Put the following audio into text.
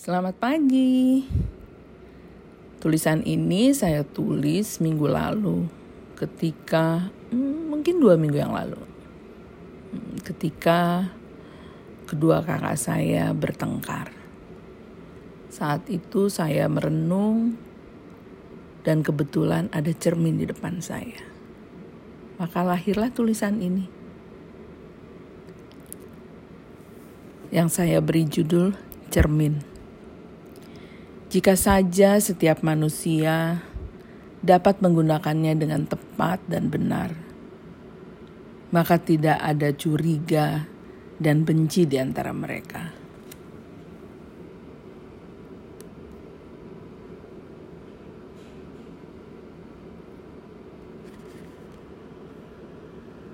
Selamat pagi. Tulisan ini saya tulis minggu lalu ketika mungkin 2 minggu yang lalu. Ketika kedua kakak saya bertengkar. Saat itu saya merenung dan kebetulan ada cermin di depan saya. Maka lahirlah tulisan ini. Yang saya beri judul Cermin. Jika saja setiap manusia dapat menggunakannya dengan tepat dan benar, maka tidak ada curiga dan benci di antara mereka.